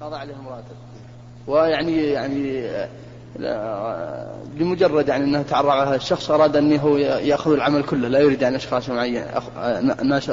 قضى عليهم راتب، ويعني بمجرد يعني أنه تعرض على الشخص أراد أنه يأخذ العمل كله، لا يريد أن أشخاص معين ناس.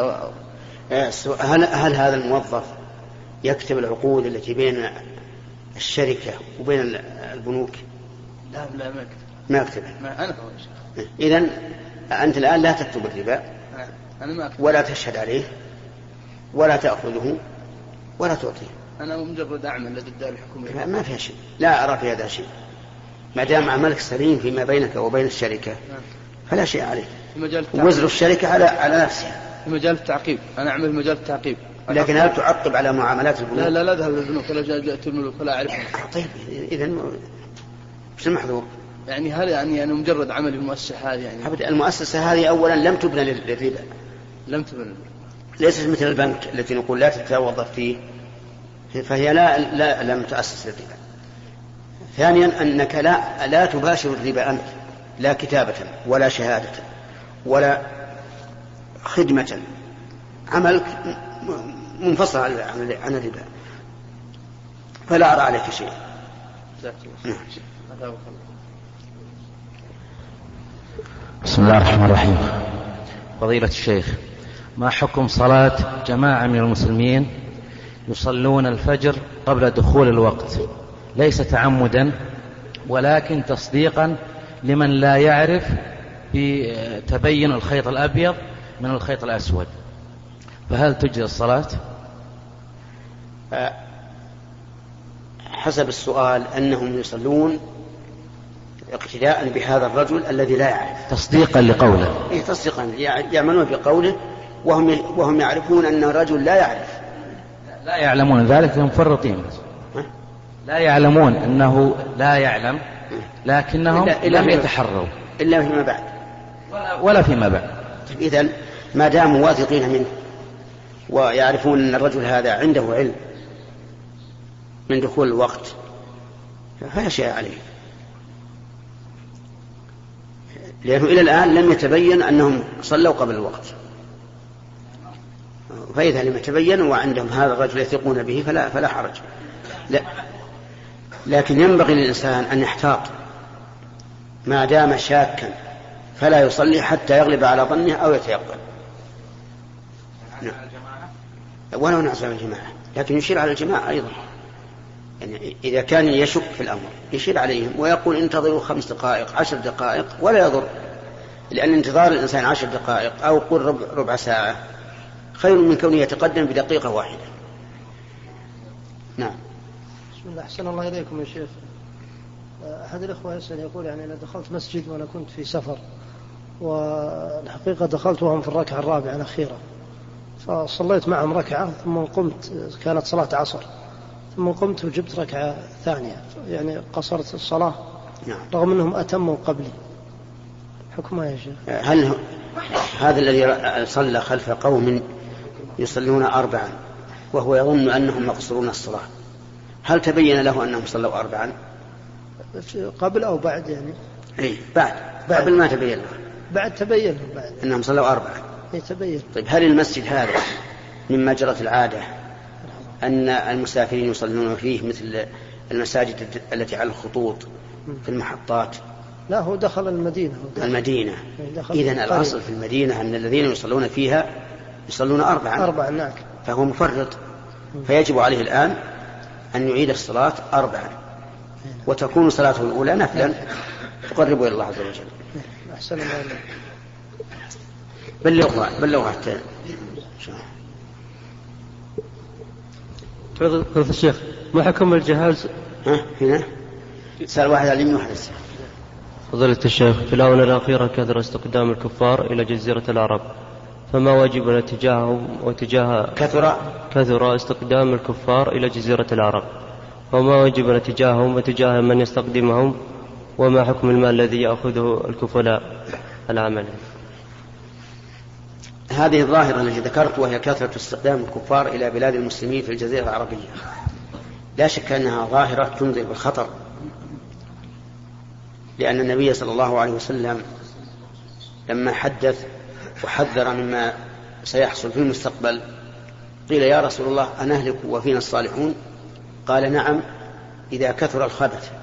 هل هذا الموظف يكتب العقود التي بين الشركة وبين البنوك؟ لا ما يكتب. أنا إذن أنت الآن لا تكتب الربا ولا تشهد عليه ولا تأخذه ولا تعطيه. أنا مجرد أعمل لدى الدار الحكومية. ما فيها شيء، لا أرى في هذا شيء، ما دام عملك سليم فيما بينك وبين الشركة فلا شيء عليك. وزر الشركة على نفسها. في مجال التعقيب، أنا أعمل في مجال التعقيب. لكن هل تعقب على معاملات البنوك؟ لا أذهب للبنوك ولا جاءت الملوك ولا أعرفهم. طيب إذن مش المحظور؟ يعني هل يعني أنا مجرد عمل المؤسسة هذه يعني المؤسسة هذه أولا لم تبنى للربا، لم تبنى، ليست مثل البنك التي نقول لا تتوظف فيه، فهي لم تؤسس للربا. ثانيا أنك لا تباشر الربا أنت، لا كتابة ولا شهادة ولا خدمة، عملك منفصل عن الربا، فلا أرى عليك شيء. بسم الله الرحمن الرحيم. فضيلة الشيخ، ما حكم صلاة جماعة من المسلمين يصلون الفجر قبل دخول الوقت، ليس تعمدا ولكن تصديقا لمن لا يعرف بتبين الخيط الأبيض من الخيط الأسود، فهل تجزي الصلاة؟ حسب السؤال أنهم يصلون اقتداء بهذا الرجل الذي لا يعرف، تصديقا لقوله. تصديقا يعملون بقوله وهم يعرفون أن الرجل لا يعرف، لا يعلمون ذلك، هم مفرطين، لا يعلمون أنه لا يعلم، لكنهم لم يتحروا إلا فيما بعد ولا فيما بعد. إذن ما داموا واثقين منه ويعرفون أن الرجل هذا عنده علم من دخول الوقت فلا شيء عليه، لأنه إلى الآن لم يتبين أنهم صلوا قبل الوقت، فإذا لم يتبين وعندهم هذا الرجل يثقون به فلا حرج. لا، لكن ينبغي للإنسان أن يحتاط ما دام شاكا فلا يصلي حتى يغلب على ظنه أو يتيقن. ولو نعزل الجماعة، لكن يشير على الجماعة أيضا، يعني إذا كان يشك في الأمر يشير عليهم ويقول انتظروا 5 دقائق 10 دقائق ولا يضر، لأن انتظار الإنسان 10 دقائق أو قل ربع ساعة خير من كونه يتقدم بدقيقة واحدة. نعم. بسم الله، أحسن الله إليكم يا شيخ. أحد الأخوة يسأل يقول يعني أنا دخلت مسجد وأنا كنت في سفر، والحقيقة دخلت وهم في الركعة الرابعة الأخيرة، فصليت معهم ركعة ثم قمت، كانت صلاة عصر، ثم قمت وجبت ركعة ثانية، يعني قصرت الصلاة رغم أنهم أتموا قبلي، حكمها يا شيخ؟ هل هذا الذي صلى خلف قوم يصلون 4 وهو يظن أنهم يقصرون الصلاة، هل تبين له أنهم صلوا 4 قبل أو بعد؟ يعني بعد. قبل ما تبين له، بعد تبين بعد أنهم صلوا 4. يتبين. طيب هل المسجد هذا مما جرت العادة أن المسافرين يصلون فيه مثل المساجد التي على الخطوط في المحطات؟ لا، هو دخل المدينة. إذن الأصل في المدينة أن الذين يصلون فيها يصلون 4. نعم. فهو مفرط، فيجب عليه الآن أن يعيد الصلاة 4 وتكون صلاته الأولى نفلا تقرب إلى الله عز وجل. أحسن الله إليك. بلغها حتى فضيلة الشيخ، ما حكم الجهاز؟ هنا سأل واحد على اليمين واحد. فضيلة الشيخ، في الآونة الأخيرة كثر استقدام الكفار إلى جزيرة العرب، فما واجبنا تجاههم وتجاه كثر استقدام الكفار إلى جزيرة العرب، وما واجبنا تجاههم وتجاه من يستقدمهم، وما حكم المال الذي يأخذه الكفلاء العمل؟ هذه الظاهرة التي ذكرت، وهي كثرة استخدام الكفار إلى بلاد المسلمين في الجزيرة العربية، لا شك أنها ظاهرة تنذر بالخطر، لأن النبي صلى الله عليه وسلم لما حدث وحذر مما سيحصل في المستقبل قيل يا رسول الله أنهلك وفينا الصالحون؟ قال نعم إذا كثر الخبث.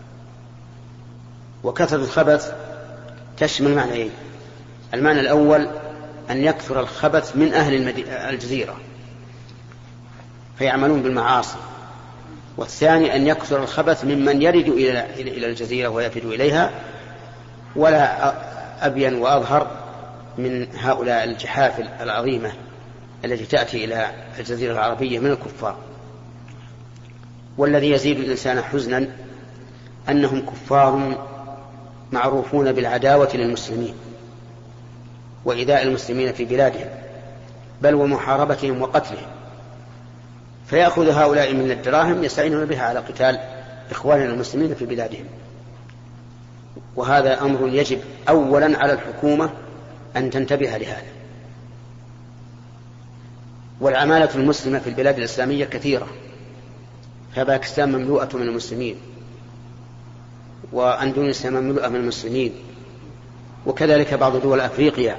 وكثرة الخبث تشمل معنيين: المعنى الأول أن يكثر الخبث من أهل الجزيرة فيعملون بالمعاصي، والثاني أن يكثر الخبث ممن يرد إلى الجزيرة ويفد إليها، ولا أبين وأظهر من هؤلاء الجحافل العظيمة التي تأتي إلى الجزيرة العربية من الكفار. والذي يزيد الإنسان حزنا أنهم كفار معروفون بالعداوة للمسلمين وإيذاء المسلمين في بلادهم، بل ومحاربتهم وقتلهم، فيأخذ هؤلاء من الدراهم يستعينون بها على قتال إخواننا المسلمين في بلادهم. وهذا أمر يجب أولا على الحكومة أن تنتبه لهذا. والعمالة المسلمة في البلاد الإسلامية كثيرة، فباكستان مملوءة من المسلمين، وأندونيسيا مملوءة من المسلمين، وكذلك بعض دول أفريقيا.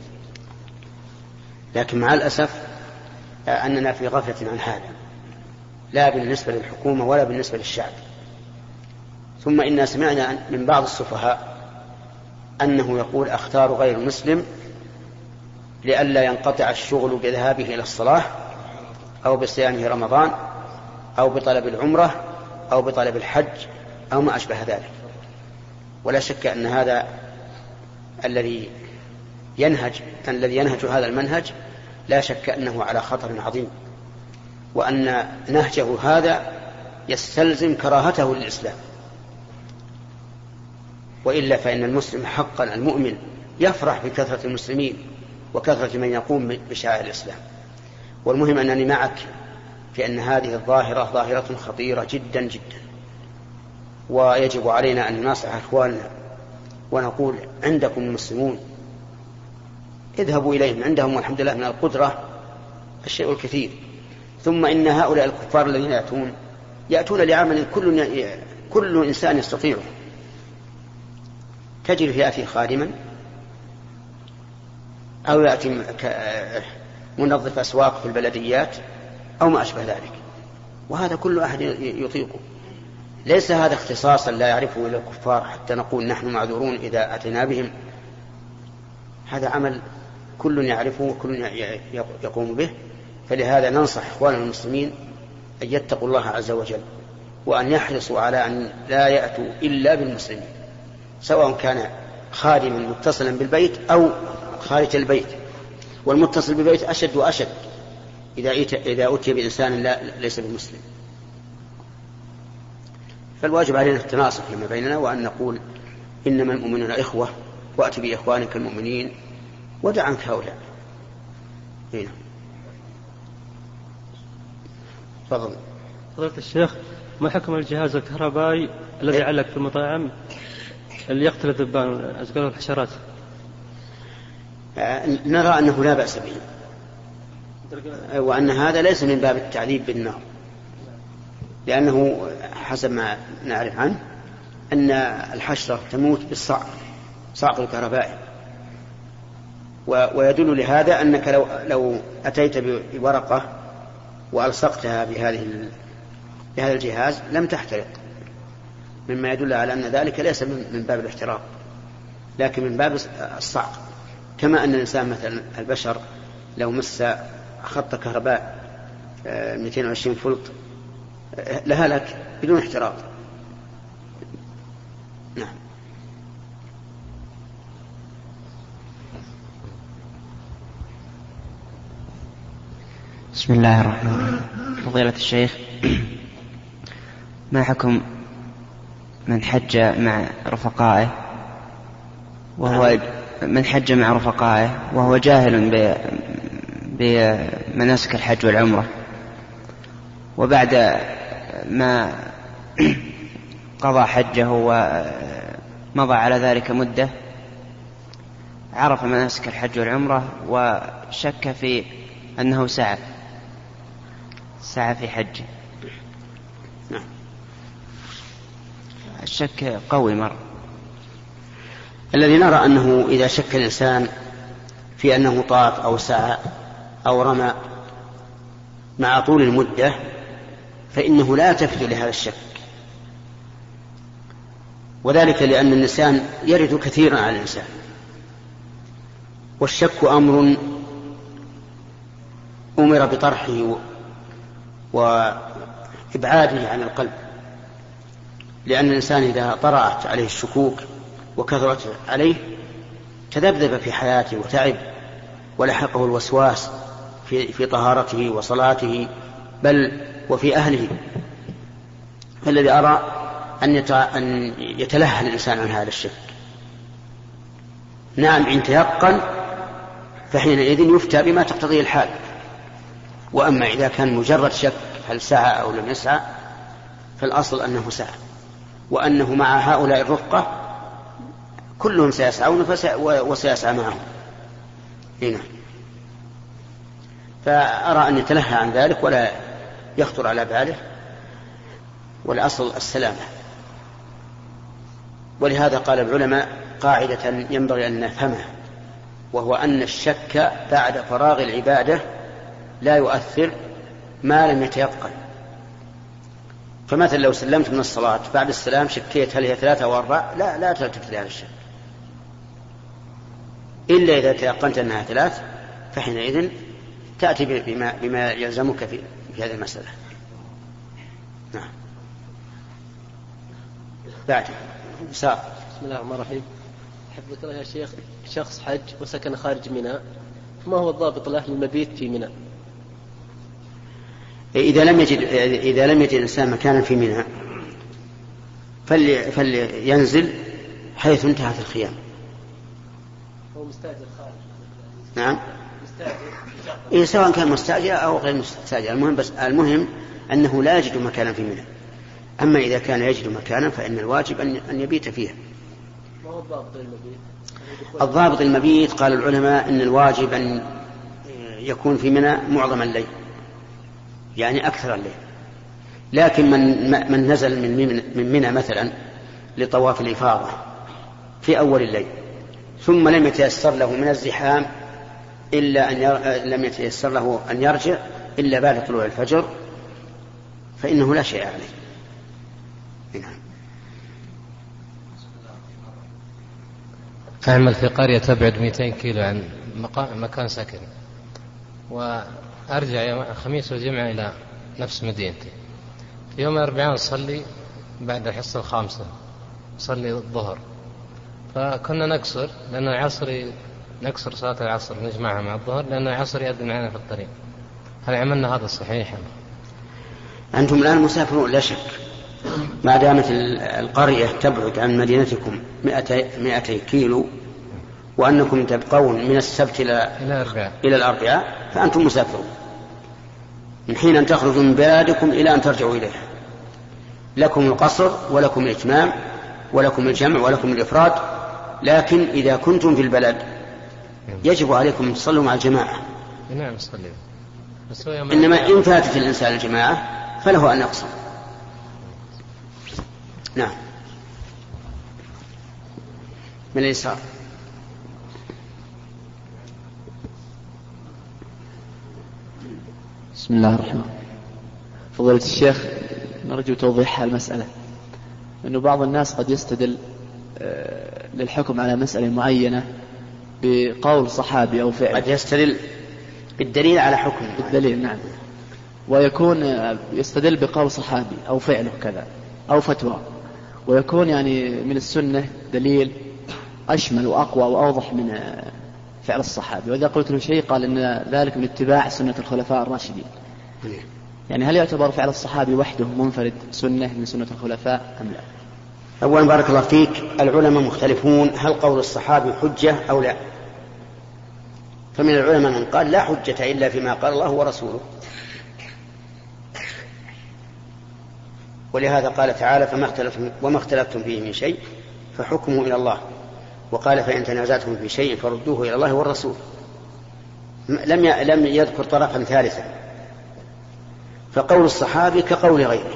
لكن مع الأسف أننا في غفلة عن هذا، لا بالنسبة للحكومة ولا بالنسبة للشعب. ثم إنا سمعنا من بعض السفهاء أنه يقول: أختار غير مسلم لئلا ينقطع الشغل بذهابه إلى الصلاة أو بصيامه رمضان أو بطلب العمرة أو بطلب الحج أو ما أشبه ذلك. ولا شك أن هذا الذي ينهج هذا المنهج لا شك أنه على خطر عظيم، وأن نهجه هذا يستلزم كراهته للإسلام. وإلا فإن المسلم حقا المؤمن يفرح بكثرة المسلمين وكثرة من يقوم بشعائر الإسلام. والمهم أنني معك في أن هذه الظاهرة ظاهرة خطيرة جدا جدا، ويجب علينا أن نناصح إخواننا ونقول: عندكم المسلمون اذهبوا إليهم، عندهم والحمد لله من القدرة الشيء الكثير. ثم إن هؤلاء الكفار الذين يأتون لعمل كل إنسان يستطيعه. تجد يأتي خادما أو يأتي منظف أسواق في البلديات أو ما أشبه ذلك، وهذا كل أحد يطيقه. ليس هذا اختصاصا لا يعرفه إلا الكفار حتى نقول نحن معذورون إذا أتينا بهم. هذا عمل كل يعرفه وكل يقوم به. فلهذا ننصح إخواننا المسلمين أن يتقوا الله عز وجل، وأن يحرصوا على أن لا يأتوا إلا بالمسلمين، سواء كان خادما متصلا بالبيت أو خارج البيت. والمتصل بالبيت أشد وأشد إذا أتي بإنسان ليس بمسلم. فالواجب علينا التناصح فيما بيننا، وأن نقول: إنما المؤمنون إخوة، وأت بإخوانك المؤمنين ودع عنك هؤلاء. هنا تفضل. فضيلة الشيخ، ما حكم الجهاز الكهربائي الذي يعلق في المطاعم اللي يقتل الذبان أزقال الحشرات؟ نرى أنه لا بأس به، وأن هذا ليس من باب التعذيب بالنار، لأنه حسب ما نعرف عنه أن الحشرة تموت بالصعق، صعق الكهربائي. ويدل لهذا أنك لو أتيت بورقة وألصقتها بهذا الجهاز لم تحترق، مما يدل على أن ذلك ليس من باب الاحتراق لكن من باب الصعق. كما أن الإنسان مثلا البشر لو مس خط كهرباء 220 فولت لهلك بدون احتراق. نعم. بسم الله الرحمن الرحيم. فضيلة الشيخ، ما حكم من حج مع رفقائه وهو جاهل بمناسك الحج والعمرة، وبعد ما قضى حجه ومضى على ذلك مدة عرف مناسك الحج والعمرة وشك في أنه سعى في حجه؟ الشك قوي مرة. الذي نرى أنه إذا شك الإنسان في أنه طاف أو سعى أو رمى مع طول المدة فإنه لا يلتفت لهذا الشك، وذلك لأن الإنسان يرد كثيرا على الإنسان، والشك أمر أمر بطرحه وإبعاده عن القلب، لأن الإنسان إذا طرأت عليه الشكوك وكثرت عليه تذبذب في حياته وتعب، ولحقه الوسواس في طهارته وصلاته بل وفي أهله. فالذي أرى أن يتلهى الإنسان عن هذا الشك. نعم إن تيقن فحينئذ يفتى بما تقتضيه الحال، وأما إذا كان مجرد شك هل سعى أو لم يسعى فالأصل أنه سعى، وأنه مع هؤلاء الرفقة كلهم سيسعون وسيسعى معهم هنا. فأرى أن يتلهى عن ذلك ولا يخطر على باله، والأصل السلامة. ولهذا قال العلماء قاعدة ينبغي أن نفهمها، وهو أن الشك بعد فراغ العبادة لا يؤثر ما لم يتيقن. فمثلا لو سلمت من الصلاة بعد السلام شكيت هل هي 3 أو 4 لا تلتفت لهذا الشك، إلا إذا تيقنت أنها 3، فحينئذ تأتي بما يلزمك في هذه المسألة. نعم. بعد بسم الله الرحمن الرحيم. حفظك الله يا شيخ، شخص حج وسكن خارج منى، ما هو الضابط له للمبيت في منى؟ إذا لم يجد الإنسان مكانا في منى فلينزل حيث انتهت الخيام. هو مستأجر خارج. نعم. مستأجر. سواء كان مستأجر أو غير مستأجر، المهم أنه لا يجد مكانا في منى. أما إذا كان يجد مكانا فإن الواجب أن يبيت فيه. ما هو الضابط للمبيت؟ الضابط المبيت قال العلماء أن الواجب أن يكون في منى معظم الليل، يعني أكثر الليل. لكن من نزل من منى مثلا لطواف الإفاضة في أول الليل ثم لم يتيسر له من الزحام لم يتيسر له أن يرجع إلا بعد طلوع الفجر فإنه لا شيء عليه. نعم. أعمل في قرية تبعد 200 كيلو عن مكان سكن، وأرجع يوم الخميس والجمعة إلى نفس مدينتي. في يوم الأربعاء أصلي بعد الحصة 5 أصلي الظهر، فكنا نقصر لأن العصر نقصر صلاة العصر نجمعها مع الظهر لأن العصر يأذن معنا في الطريق. هل عملنا هذا صحيح؟ أنتم الآن مسافرون لا شك، ما دامت القرية تبعد عن مدينتكم 200 كيلو وأنكم تبقون من السبت إلى الأربعاء فأنتم مسافرون من حين أن تخرجوا من بلادكم إلى أن ترجعوا إليها. لكم القصر ولكم الإتمام ولكم الجمع ولكم الإفراد، لكن إذا كنتم في البلد يجب عليكم أن تصلوا مع الجماعة. نعم صلي. إنما إن فاتت الإنسان الجماعة فله أن يقصر. نعم. من اليسار. بسم الله الرحمن الرحيم. فضيلة الشيخ، نرجو توضيح المسألة، أنه بعض الناس قد يستدل للحكم على مسألة معينة بقول صحابي أو فعل، قد يستدل بالدليل على حكم بالدليل. نعم. ويكون يستدل بقول صحابي أو فعله كذا أو فتوى، ويكون يعني من السنة دليل أشمل وأقوى وأوضح من فعل الصحابي، وإذا قلت له شيء قال إن ذلك من اتباع سنة الخلفاء الراشدين. يعني هل يعتبر فعل الصحابي وحده منفرد سنة من سنة الخلفاء أم لا؟ أولا بارك الله فيك، العلماء مختلفون هل قول الصحابي حجة أو لا. فمن العلماء من قال لا حجة إلا فيما قال الله ورسوله، ولهذا قال تعالى وما اختلفتم فيه من شيء فحكمه إلى الله، وقال فإن تنازعتم في شيء فردوه إلى الله والرسول. لم يذكر طرفا ثالثا، فقول الصحابي كقول غيره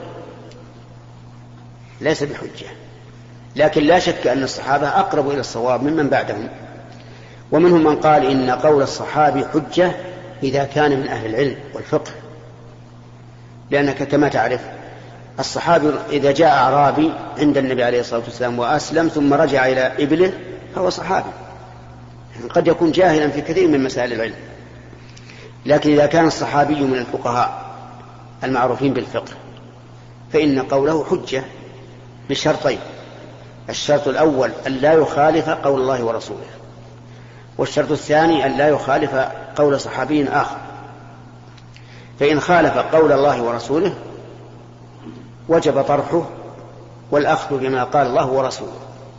ليس بحجة. لكن لا شك أن الصحابة أقرب إلى الصواب ممن بعدهم، ومنهم من قال إن قول الصحابي حجة إذا كان من أهل العلم والفقه، لأنك كما تعرف الصحابي إذا جاء أعرابي عند النبي عليه الصلاة والسلام وأسلم ثم رجع إلى إبله فهو صحابي، قد يكون جاهلا في كثير من مسائل العلم. لكن إذا كان الصحابي من الفقهاء المعروفين بالفقه فإن قوله حجة بشرطين: الشرط الأول أن لا يخالف قول الله ورسوله، والشرط الثاني أن لا يخالف قول صحابي آخر. فإن خالف قول الله ورسوله وجب طرحه والأخذ بما قال الله ورسوله.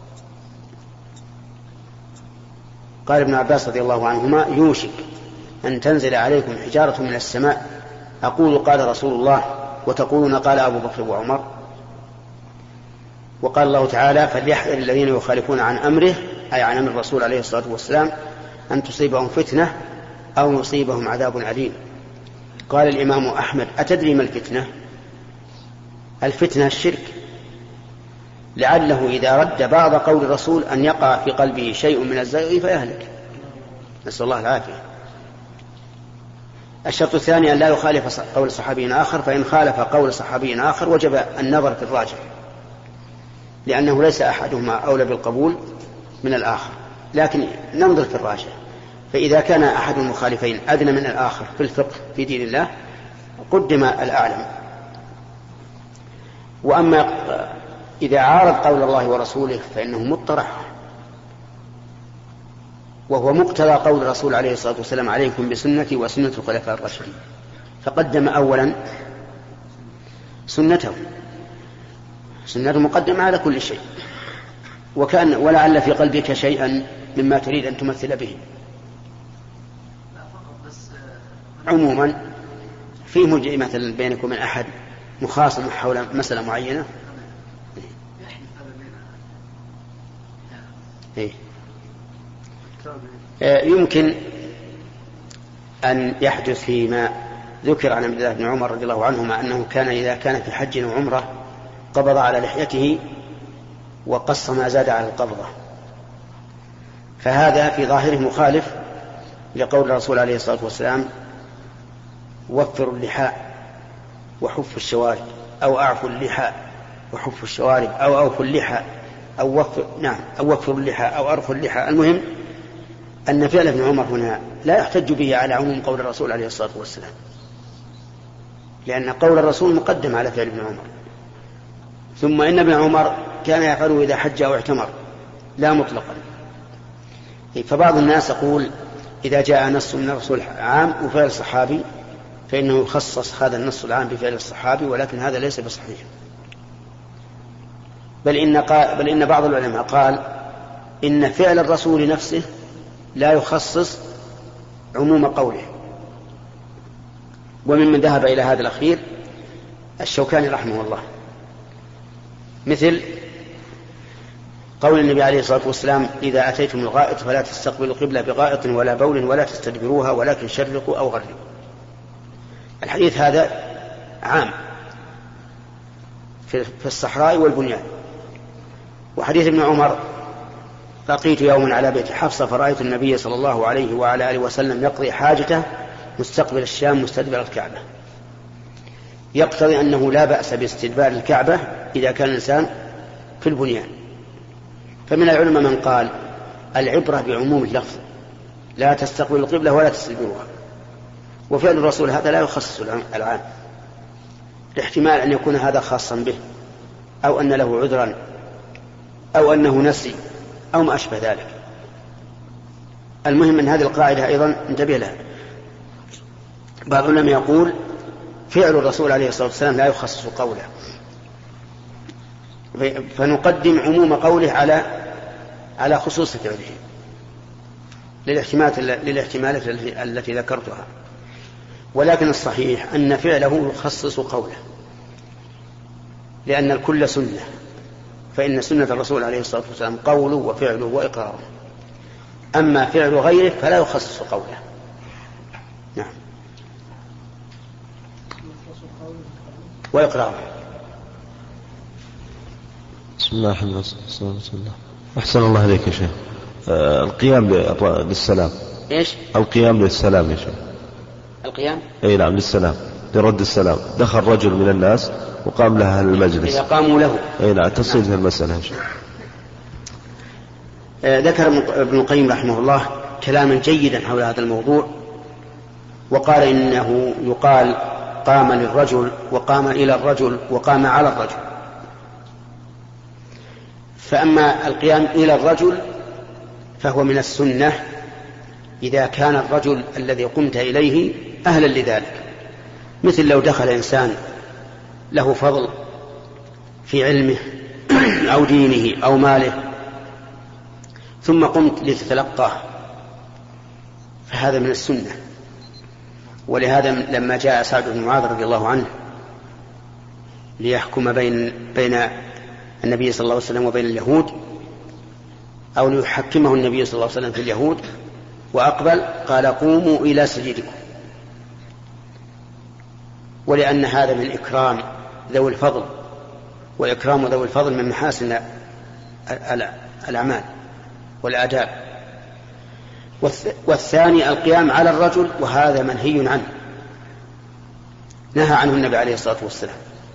قال ابن عباس رضي الله عنهما: يوشك أن تنزل عليكم حجارة من السماء أقول قال رسول الله وتقولون قال أبو بكر وعمر. وقال الله تعالى: فليحذر الذين يخالفون عن أمره، أي عن أمر الرسول عليه الصلاة والسلام، أن تصيبهم فتنة أو يصيبهم عذاب عليم. قال الإمام أحمد: أتدري ما الفتنة؟ الفتنة الشرك، لعله إذا رد بعض قول الرسول أن يقع في قلبه شيء من الزيغ فيهلك، نسأل الله العافية. الشرط الثاني أن لا يخالف قول صحابي آخر، فإن خالف قول صحابي آخر وجب النظر في الراجح، لأنه ليس أحدهما أولى بالقبول من الآخر، لكن ننظر في الراجح. فإذا كان أحد المخالفين أدنى من الآخر في الفقه في دين الله قدم الأعلم. وأما إذا عارض قول الله ورسوله فإنه مطرح، وهو مقتضى قول الرسول عليه الصلاة والسلام: عليكم بسنتي وسنة الخلفاء الراشدين، فقدم أولا سنته مقدمة على كل شيء. وكان ولعل في قلبك شيئا مما تريد أن تمثل به. عموما في مثلا بينك وبين أحد مخاصم حول مسألة معينة يمكن أن يحدث فيما ذكر عن عبد الله بن عمر رضي الله عنهما أنه كان إذا كان في حج وعمرة قبض على لحيته وقص ما زاد على القبضة، فهذا في ظاهره مخالف لقول الرسول عليه الصلاة والسلام: وفروا اللحاء وحفوا الشوارب، أو أعفوا اللحاء وحفوا الشوارب، أو أوفوا اللحاء، أو وفروا اللحاء أو أرفوا اللحاء. المهم أن فعل ابن عمر هنا لا يحتج به على عموم قول الرسول عليه الصلاة والسلام، لأن قول الرسول مقدم على فعل ابن عمر. ثم إن ابن عمر كان يفعله إذا حج أو اعتمر لا مطلقا. فبعض الناس يقول إذا جاء نص من الرسول عام وفعل صحابي فإنه يخصص هذا النص العام بفعل الصحابي، ولكن هذا ليس بصحيح. بل إن بعض العلماء قال إن فعل الرسول نفسه لا يخصص عموم قوله. وممن ذهب إلى هذا الأخير الشوكاني رحمه الله، مثل قول النبي عليه الصلاة والسلام: إذا أتيتم الغائط فلا تستقبلوا القبلة بغائط ولا بول ولا تستدبروها ولكن شرقوا أو غربوا. الحديث هذا عام في الصحراء والبنيان. وحديث ابن عمر: لقيت يوما على بيت حفصة فرأيت النبي صلى الله عليه وعلى آله وسلم يقضي حاجته مستقبل الشام مستدبر الكعبة، يقتضي أنه لا بأس باستدبار الكعبة إذا كان الإنسان في البنيان. فمن العلماء من قال العبرة بعموم اللفظ، لا تستقبل القبلة ولا تستدبرها. وفعل الرسول هذا لا يخصص العام، الاحتمال أن يكون هذا خاصا به، أو أن له عذرا، أو أنه نسي، أو ما أشبه ذلك. المهم أن هذه القاعدة أيضا انتبه لها. بعض العلماء يقول فعل الرسول عليه الصلاة والسلام لا يخصص قوله، فنقدم عموم قوله على خصوص فعله للاحتمالات التي ذكرتها. ولكن الصحيح أن فعله يخصص قوله، لأن الكل سنة، فإن سنة الرسول عليه الصلاة والسلام قوله وفعله وإقراره. أما فعل غيره فلا يخصص قوله. نعم، وإقراره. بسم الله الرحمن الرحيم. أحسن الله عليك يا شيخ. القيام للسلام. إيش؟ القيام للسلام يا شيخ. القيام؟ أي نعم، للسلام. لرد السلام، دخل رجل من الناس وقام له أهل المجلس إذا قاموا له. أي نعم، تفصيل في المسألة. ذكر ابن القيم رحمه الله كلاما جيدا حول هذا الموضوع، وقال إنه يقال قام للرجل وقام إلى الرجل وقام على الرجل. فأما القيام إلى الرجل فهو من السنة إذا كان الرجل الذي قمت إليه أهلا لذلك، مثل لو دخل إنسان له فضل في علمه أو دينه أو ماله ثم قمت لتتلقاه، فهذا من السنة. ولهذا لما جاء سعد بن معاذ رضي الله عنه ليحكم بين النبي صلى الله عليه وسلم وبين اليهود، أو ليحكمه النبي صلى الله عليه وسلم في اليهود، وأقبل قال قوموا إلى سجدكم، ولأن هذا من إكرام ذوي الفضل، وإكرام ذوي الفضل من محاسن الأعمال والآداب. والثاني القيام على الرجل، وهذا منهي عنه، نهى عنه النبي عليه الصلاة والسلام،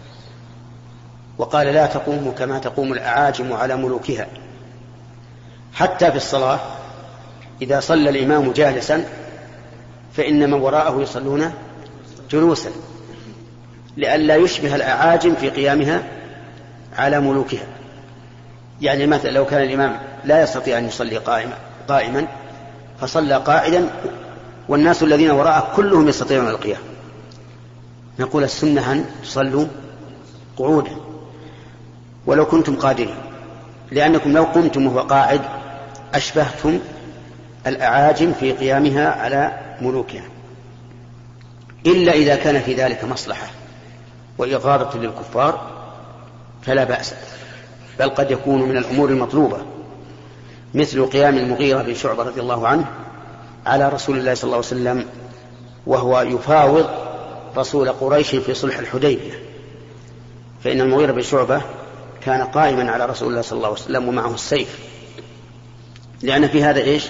وقال لا تقوموا كما تقوم الأعاجم على ملوكها. حتى في الصلاة إذا صلى الإمام جالسا فإن من وراءه يصلون جلوسا، لئلا يشبه الأعاجم في قيامها على ملوكها. يعني مثلا لو كان الإمام لا يستطيع أن يصلي قائما فصلى قاعدا والناس الذين وراءه كلهم يستطيعون القيام، نقول السنة أن تصلوا قعودا ولو كنتم قادرين، لأنكم لو قمتم وهو قاعد أشبهتم الأعاجم في قيامها على ملوكها، إلا إذا كان في ذلك مصلحة وإغاظة للكفار فلا بأس، بل قد يكون من الأمور المطلوبة، مثل قيام المغيرة بن شعبة رضي الله عنه على رسول الله صلى الله عليه وسلم وهو يفاوض رسول قريش في صلح الحديبية، فإن المغيرة بن شعبة كان قائما على رسول الله صلى الله عليه وسلم ومعه السيف، لأن في هذا إيش؟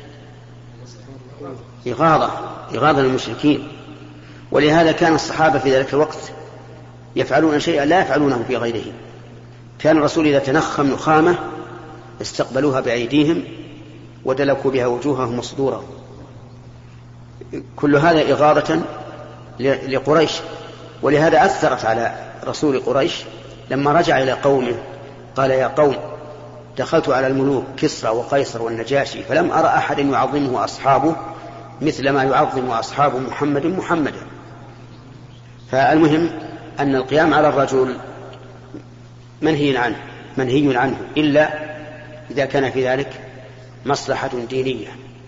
إغاظة للمشركين. ولهذا كان الصحابة في ذلك الوقت يفعلون شيئا لا يفعلونه في غيره. كان الرسول إذا تنخم نخامة استقبلوها بأيديهم ودلكوا بها وجوههم وصدورهم، كل هذا إغاظة لقريش. ولهذا أثرت على رسول قريش لما رجع إلى قومه قال يا قوم دخلت على الملوك كسرى وقيصر والنجاشي فلم أرى أحد يعظمه أصحابه مثل ما يعظم أصحاب محمدا. فالمهم أن القيام على الرجل منهي عنه إلا إذا كان في ذلك مصلحة دينية.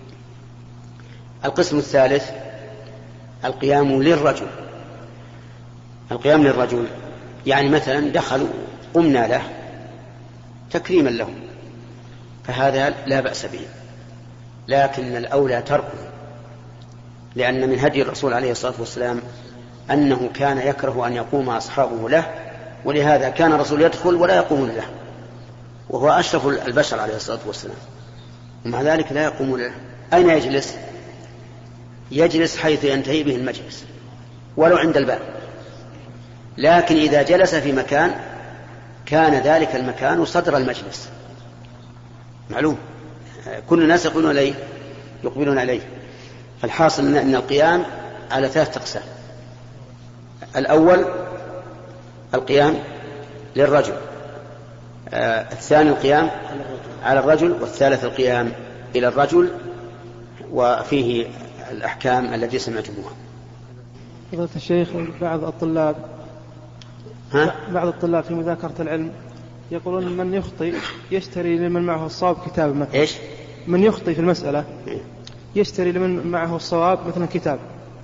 القسم الثالث القيام للرجل. القيام للرجل يعني مثلا دخلوا قمنا له تكريما له، فهذا لا بأس به، لكن الأولى تركه، لأن من هدي الرسول عليه الصلاة والسلام أنه كان يكره أن يقوم أصحابه له، ولهذا كان الرسول يدخل ولا يقوم له، وهو أشرف البشر عليه الصلاة والسلام، ومع ذلك لا يقوم له. أين يجلس؟ يجلس حيث ينتهي به المجلس ولو عند الباب، لكن إذا جلس في مكان كان ذلك المكان صدر المجلس، معلوم كل الناس يقبلون عليه. فالحاصل أن القيام على 3 أقسام: الأول القيام للرجل، الثاني القيام على الرجل، والثالث القيام إلى الرجل، وفيه الأحكام التي سمعتموها. فضيلة الشيخ بعض الطلاب في مذاكرة العلم يقولون من يخطئ يشتري لمن معه الصواب كتاب مثلا. إيش؟ من يخطئ في المسألة يشتري لمن معه الصواب مثلا كتاب.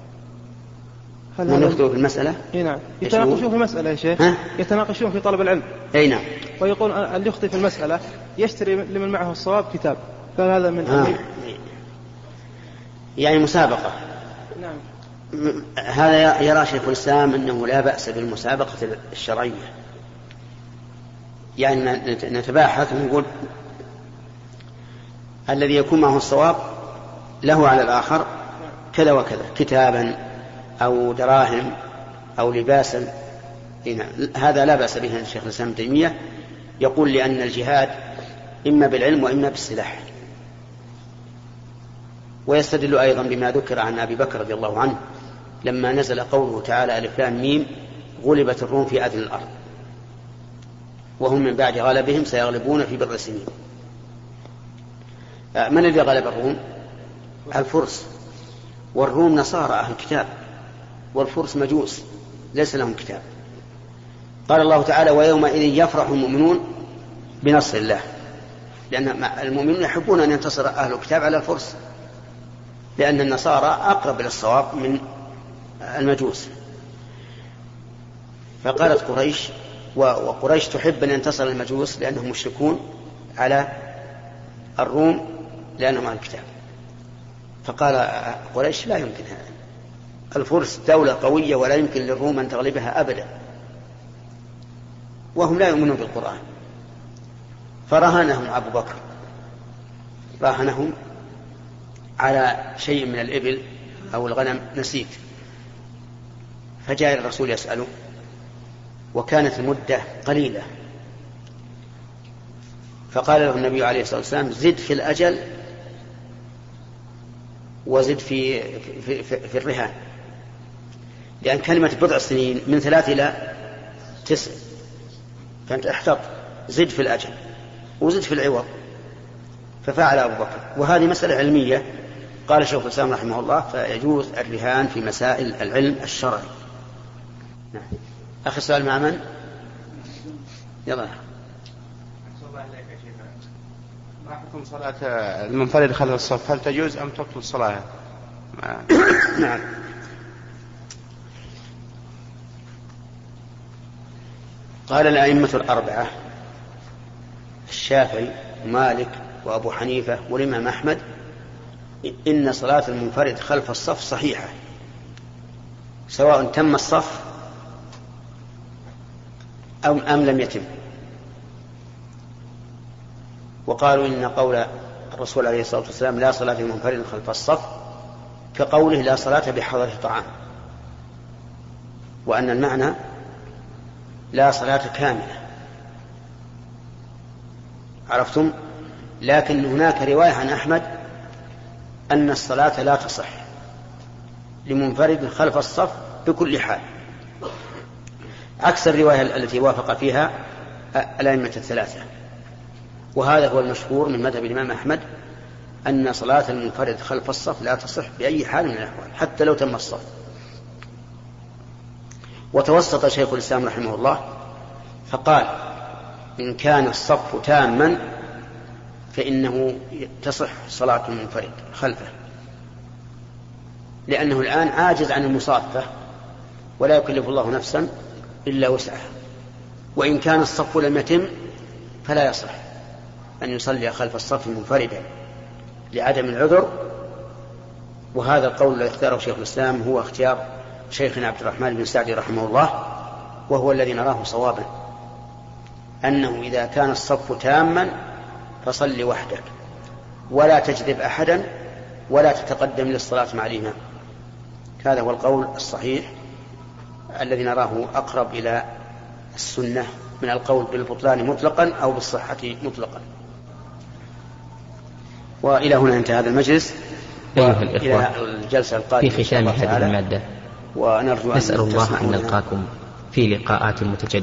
من يخطئ في المسألة؟ اي نعم، يتناقشون في المسألة يا شيخ، يتناقشون في طلب العلم. اي نعم. ويقول اللي يخطئ في المسألة يشتري لمن معه الصواب كتاب، فهذا من يعني مسابقة. نعم. هذا يرى شيخ الإسلام أنه لا بأس بالمسابقة الشرعية، يعني نتباحث ونقول الذي يكون معه الصواب له على الآخر كذا وكذا، كتابا أو دراهم أو لباسا، هذا لا بأس به. الشيخ الإسلام ابن تيمية يقول لأن الجهاد إما بالعلم وإما بالسلاح. ويستدل أيضا بما ذكر عن أبي بكر رضي الله عنه لما نزل قوله تعالى ألف لام ميم غلبت الروم في أدنى الأرض وهم من بعد غلبهم سيغلبون في بضع سنين. من الذي غلب الروم؟ الفرس، والروم نصارى أهل الكتاب، والفرس مجوس ليس لهم كتاب. قال الله تعالى ويومئذ يفرح المؤمنون بنصر الله، لأن المؤمنون يحبون أن ينتصر أهل الكتاب على الفرس، لأن النصارى أقرب إلى الصواب من المجوس. فقالت قريش، وقريش تحب أن ينتصر المجوس لأنهم مشركون على الروم لأنهم أهل الكتاب. فقال قريش لا يمكن هذا، الفرس دولة قوية ولا يمكن للروم أن تغلبها أبدا، وهم لا يؤمنون بالقرآن. فرهنهم أبو بكر، راهنهم على شيء من الإبل أو الغنم نسيت، فجاء الرسول يسأله وكانت المدة قليلة، فقال له النبي عليه الصلاة والسلام زد في الأجل وزد في الرهان، لأن كلمة بضع سنين من 3 إلى 9، فأنت احتط زد في الأجل وزد في العوض. ففعل أبو بكر، وهذه مسألة علمية قال شيخ الإسلام رحمه الله فيجوز الرهان في مسائل العلم الشرعي. نعم. أخي السؤال مع من؟ يلا. ما حكم صلاة المنفرد خلف الصف، هل تجوز أم تبطل الصلاة؟ نعم. قال الأئمة الأربعة الشافعي ومالك وأبو حنيفة والإمام أحمد إن صلاة المنفرد خلف الصف صحيحة سواء تم الصف أم لم يتم. وقالوا إن قول الرسول عليه الصلاة والسلام لا صلاة المنفرد خلف الصف كقوله لا صلاة بحضرة طعام، وأن المعنى لا صلاة كاملة. عرفتم؟ لكن هناك رواية عن أحمد أن الصلاة لا تصح لمنفرد خلف الصف بكل حال، عكس الرواية التي وافق فيها الأئمة الثلاثة. وهذا هو المشهور من مذهب الإمام أحمد أن صلاة المنفرد خلف الصف لا تصح بأي حال من الأحوال حتى لو تم الصف. وتوسط شيخ الإسلام رحمه الله فقال إن كان الصف تاما فإنه تصح صلاة المنفرد خلفه، لأنه الآن عاجز عن المصافة ولا يكلف الله نفسا إلا وسعها. وإن كان الصف لم يتم فلا يصح أن يصلي خلف الصف منفردا لعدم العذر. وهذا القول الذي اختاره شيخ الإسلام هو اختيار شيخنا عبد الرحمن بن سعدي رحمه الله، وهو الذي نراه صوابا، أنه إذا كان الصف تاما فصل وحدك ولا تجذب أحدا ولا تتقدم للصلاة مع الإمام. هذا هو القول الصحيح الذي نراه أقرب إلى السنة من القول بالبطلان مطلقا أو بالصحة مطلقا. وإلى هنا انتهى هذا المجلس، وإلى الجلسة القادمة في ختام هذه المادة ونرجو نسأل الله أن نلقاكم في لقاءات متجددة.